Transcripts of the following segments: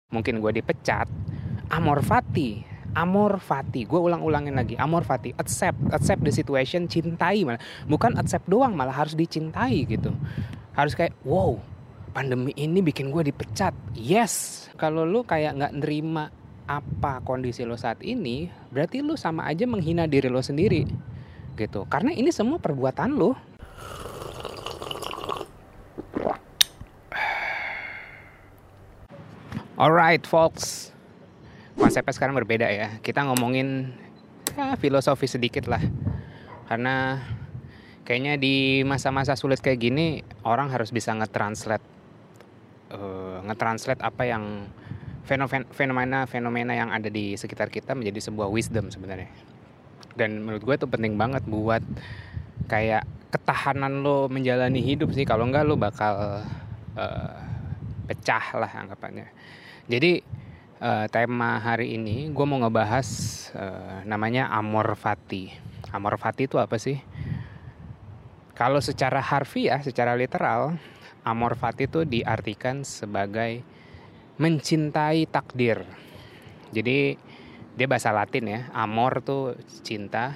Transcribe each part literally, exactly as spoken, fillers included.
mungkin gue dipecat, amor fati, amor fati, gue ulang-ulangin lagi, amor fati, accept, accept the situation, cintai malah, bukan accept doang, malah harus dicintai gitu, harus kayak wow, pandemi ini bikin gue dipecat, yes. Kalau lu kayak nggak nerima apa kondisi lo saat ini, berarti lu sama aja menghina diri lo sendiri gitu, karena ini semua perbuatan lo. Alright folks, konsepnya sekarang berbeda ya. Kita ngomongin ya, filosofi sedikit lah. Karena kayaknya di masa-masa sulit kayak gini, orang harus bisa nge-translate uh, nge-translate apa yang fenomena-fenomena yang ada di sekitar kita menjadi sebuah wisdom sebenarnya. Dan menurut gue itu penting banget buat kayak ketahanan lo menjalani hidup sih. Kalau enggak lo bakal uh, pecah lah anggapannya. Jadi uh, tema hari ini gue mau ngebahas uh, namanya amor fati. Amor fati itu apa sih? Kalau secara harfiah, secara literal, amor fati itu diartikan sebagai mencintai takdir. Jadi dia bahasa Latin ya. Amor tuh cinta.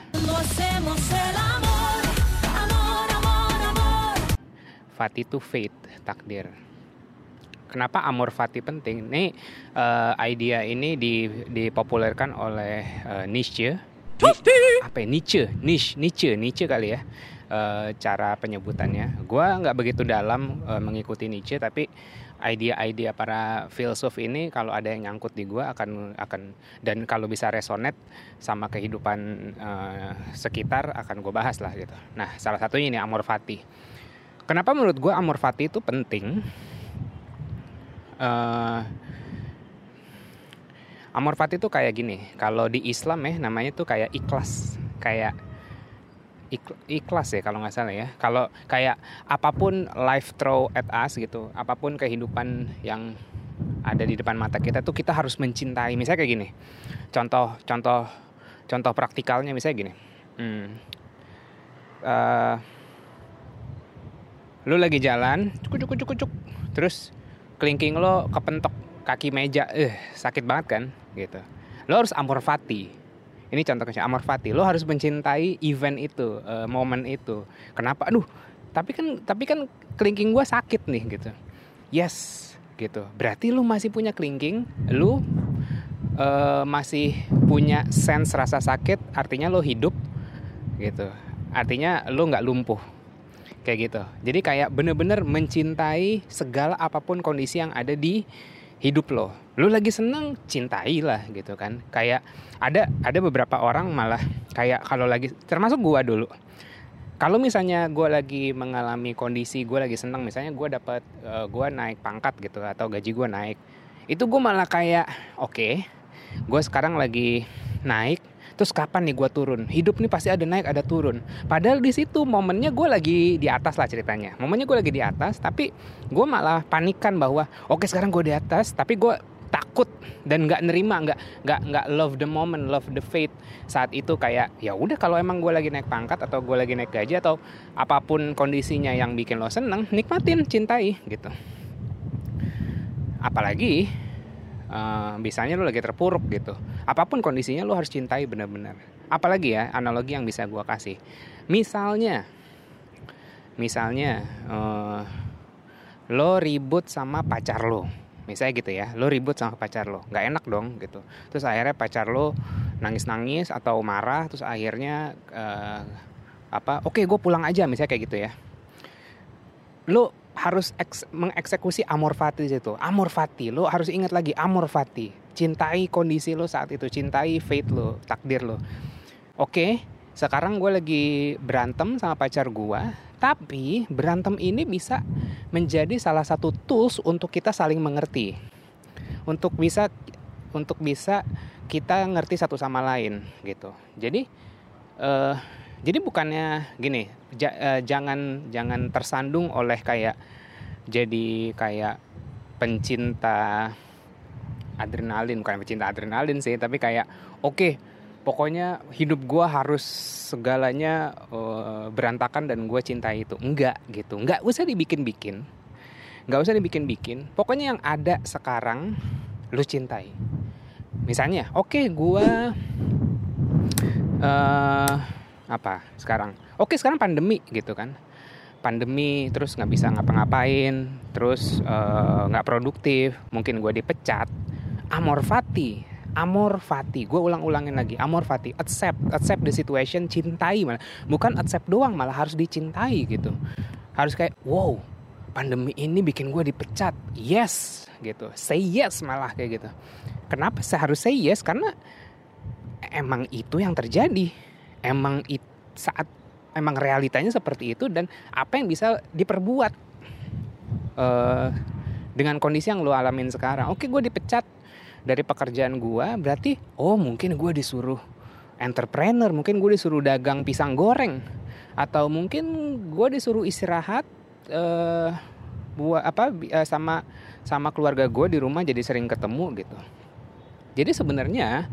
Fati itu fate, takdir. Kenapa amor fati penting? Nih uh, idea ini dipopulerkan oleh uh, Nietzsche. Ni- apa ya? Nietzsche, Nietzsche, Nietzsche, Nietzsche kali ya. Uh, cara penyebutannya. Gua nggak begitu dalam uh, mengikuti Nietzsche, tapi idea-idea para filsuf ini kalau ada yang nyangkut di gua akan akan dan kalau bisa resonate sama kehidupan uh, sekitar akan gue bahas lah gitu. Nah, salah satunya ini amor fati. Kenapa menurut gua amor fati itu penting? Uh, amor fati itu kayak gini. Kalau di Islam ya namanya tuh kayak ikhlas, kayak ikhlas ya kalau nggak salah ya. Kalau kayak apapun life throw at us gitu, apapun kehidupan yang ada di depan mata kita tuh kita harus mencintai. Misalnya kayak gini. Contoh, contoh, contoh praktikalnya misalnya gini. Hmm. Uh, lu lagi jalan, cuk cuk cuk cuk, terus kelingking lo kepentok kaki meja, eh sakit banget kan, gitu. Lo harus amor fati. Ini contoh kecil, amor fati. Lo harus mencintai event itu, uh, momen itu. Kenapa? Aduh, tapi kan, tapi kan kelingking gue sakit nih, gitu. Yes, gitu. Berarti lo masih punya kelingking, lo uh, masih punya sense rasa sakit. Artinya lo hidup, gitu. Artinya lo nggak lumpuh. Kayak gitu. Jadi kayak bener-bener mencintai segala apapun kondisi yang ada di hidup lo. Lo lagi seneng, cintailah gitu kan. Kayak ada ada beberapa orang malah kayak kalau lagi, termasuk gue dulu. Kalau misalnya gue lagi mengalami kondisi gue lagi seneng, misalnya gue dapat uh, gue naik pangkat gitu atau gaji gue naik, itu gue malah kayak oke, okay, gue sekarang lagi naik. Terus kapan nih gue turun? Hidup nih pasti ada naik ada turun. Padahal di situ momennya gue lagi di atas lah ceritanya. Momennya gue lagi di atas, tapi gue malah panikan bahwa oke okay, sekarang gue di atas, tapi gue takut dan nggak nerima, nggak nggak nggak love the moment, love the fate saat itu. Kayak ya udah kalau emang gue lagi naik pangkat atau gue lagi naik gaji atau apapun kondisinya yang bikin lo seneng, nikmatin, cintai gitu. Apalagi Uh, misalnya lo lagi terpuruk gitu, apapun kondisinya lo harus cintai benar-benar. Apalagi ya analogi yang bisa gue kasih, misalnya misalnya uh, lo ribut sama pacar lo, misalnya gitu ya, lo ribut sama pacar lo, nggak enak dong gitu. Terus akhirnya pacar lo nangis-nangis atau marah, terus akhirnya uh, apa oke okay, gue pulang aja misalnya kayak gitu ya. Lo harus eks, mengeksekusi amor fati itu. Amor fati, lo harus ingat lagi amor fati. Cintai kondisi lo saat itu, cintai fate lo, takdir lo. Oke, sekarang gue lagi berantem sama pacar gue, tapi berantem ini bisa menjadi salah satu tools untuk kita saling mengerti. Untuk bisa untuk bisa kita ngerti satu sama lain gitu. Jadi uh, Jadi bukannya gini, j- uh, jangan jangan tersandung oleh kayak jadi kayak pencinta adrenalin, bukan pencinta adrenalin sih, tapi kayak oke, okay, pokoknya hidup gue harus segalanya uh, berantakan dan gue cintai itu. Enggak gitu, enggak usah dibikin-bikin, enggak usah dibikin-bikin. Pokoknya yang ada sekarang lu cintai. Misalnya, oke okay, gue uh, apa sekarang? Oke okay, sekarang pandemi gitu kan, pandemi terus nggak bisa ngapa-ngapain, terus nggak uh, produktif, mungkin gue dipecat. Amor fati, amor fati, gue ulang-ulangin lagi, amor fati, accept, accept the situation, cintai malah, bukan accept doang, malah harus dicintai gitu, harus kayak wow, pandemi ini bikin gue dipecat, yes gitu, say yes malah kayak gitu. Kenapa saya harus say yes? Karena emang itu yang terjadi, emang it, saat emang realitanya seperti itu, dan apa yang bisa diperbuat uh, dengan kondisi yang lo alamin sekarang. Oke, gue dipecat dari pekerjaan gue, berarti oh mungkin gue disuruh entrepreneur, mungkin gue disuruh dagang pisang goreng, atau mungkin gue disuruh istirahat uh, buat apa uh, sama sama keluarga gue di rumah, jadi sering ketemu gitu. Jadi sebenarnya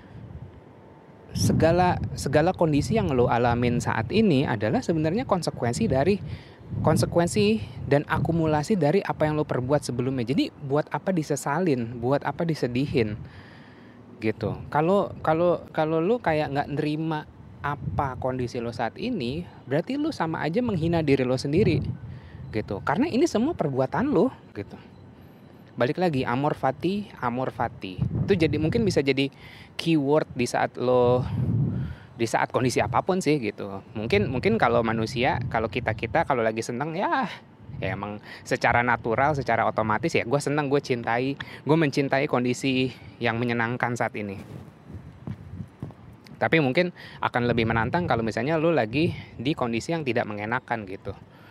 segala segala kondisi yang lo alamin saat ini adalah sebenarnya konsekuensi dari konsekuensi dan akumulasi dari apa yang lo perbuat sebelumnya. Jadi buat apa disesalin, buat apa disedihin gitu. Kalau kalau kalau lo kayak nggak nerima apa kondisi lo saat ini, berarti lo sama aja menghina diri lo sendiri gitu. Karena ini semua perbuatan lo gitu. Balik lagi, amor fati, amor fati. Itu jadi mungkin bisa jadi keyword di saat lo di saat kondisi apapun sih gitu. Mungkin mungkin kalau manusia, kalau kita-kita kalau lagi seneng ya ya emang secara natural, secara otomatis ya gue seneng, gue cintai, gue mencintai kondisi yang menyenangkan saat ini. Tapi mungkin akan lebih menantang kalau misalnya lo lagi di kondisi yang tidak mengenakan gitu.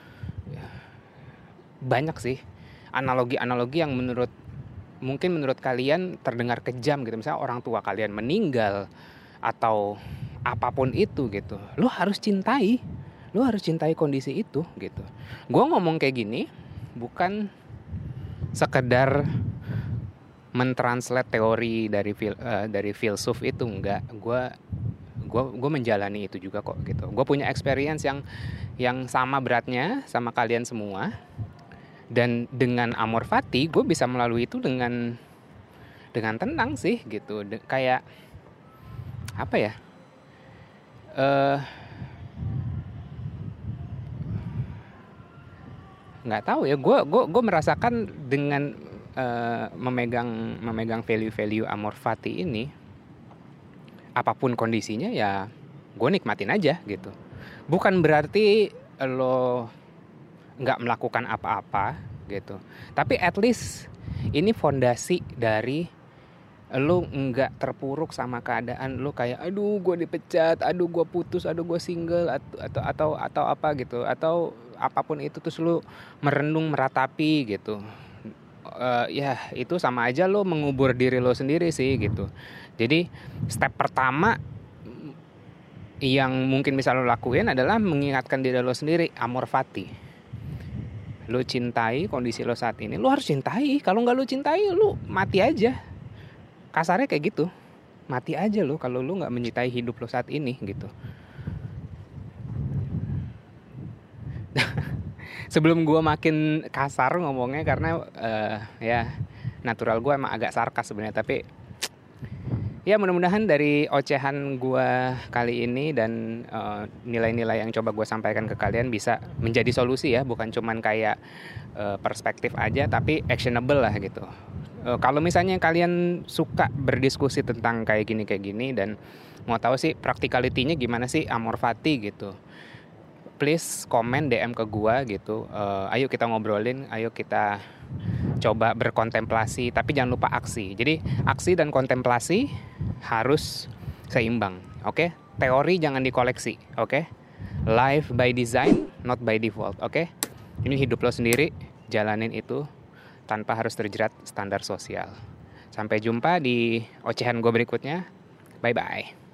Banyak sih analogi-analogi yang menurut mungkin menurut kalian terdengar kejam gitu. Misalnya orang tua kalian meninggal atau apapun itu gitu. Lo harus cintai. Lo harus cintai kondisi itu gitu. Gue ngomong kayak gini bukan sekedar mentranslate teori dari fil, uh, dari filsuf itu, enggak. Gue gue gue menjalani itu juga kok gitu. Gue punya experience yang yang sama beratnya sama kalian semua. Dan dengan amor fati gue bisa melalui itu dengan dengan tenang sih gitu. De- kayak apa ya, uh, nggak tahu ya, gue gue gue merasakan dengan uh, memegang memegang value-value amor fati ini, apapun kondisinya ya gue nikmatin aja gitu. Bukan berarti lo nggak melakukan apa-apa gitu, tapi at least ini fondasi dari lo nggak terpuruk sama keadaan lo kayak aduh gue dipecat, aduh gue putus, aduh gue single, atau atau atau atau apa gitu, atau apapun itu terus lo merenung meratapi gitu. Uh, ya itu sama aja lo mengubur diri lo sendiri sih gitu. Jadi step pertama yang mungkin bisa lo lakuin adalah mengingatkan diri lo sendiri, amor fati. Lo cintai kondisi lo saat ini, lo harus cintai. Kalau nggak lo cintai, lo mati aja. Kasarnya kayak gitu, mati aja lo kalau lo nggak mencintai hidup lo saat ini gitu. Sebelum gue makin kasar ngomongnya karena uh, ya natural gue emang agak sarkas sebenarnya, tapi ya mudah-mudahan dari ocehan gue kali ini dan uh, nilai-nilai yang coba gue sampaikan ke kalian bisa menjadi solusi ya, bukan cuman kayak uh, perspektif aja, tapi actionable lah gitu. Uh, kalau misalnya kalian suka berdiskusi tentang kayak gini kayak gini dan mau tahu sih practicality-nya gimana sih amor fati gitu, please komen D M ke gue gitu. Uh, ayo kita ngobrolin, ayo kita coba berkontemplasi, tapi jangan lupa aksi. Jadi aksi dan kontemplasi harus seimbang, oke? Okay? Teori jangan dikoleksi, oke? Okay? Life by design, not by default, oke? Okay? Ini hidup lo sendiri, jalanin itu tanpa harus terjerat standar sosial. Sampai jumpa di ocehan gue berikutnya. Bye-bye.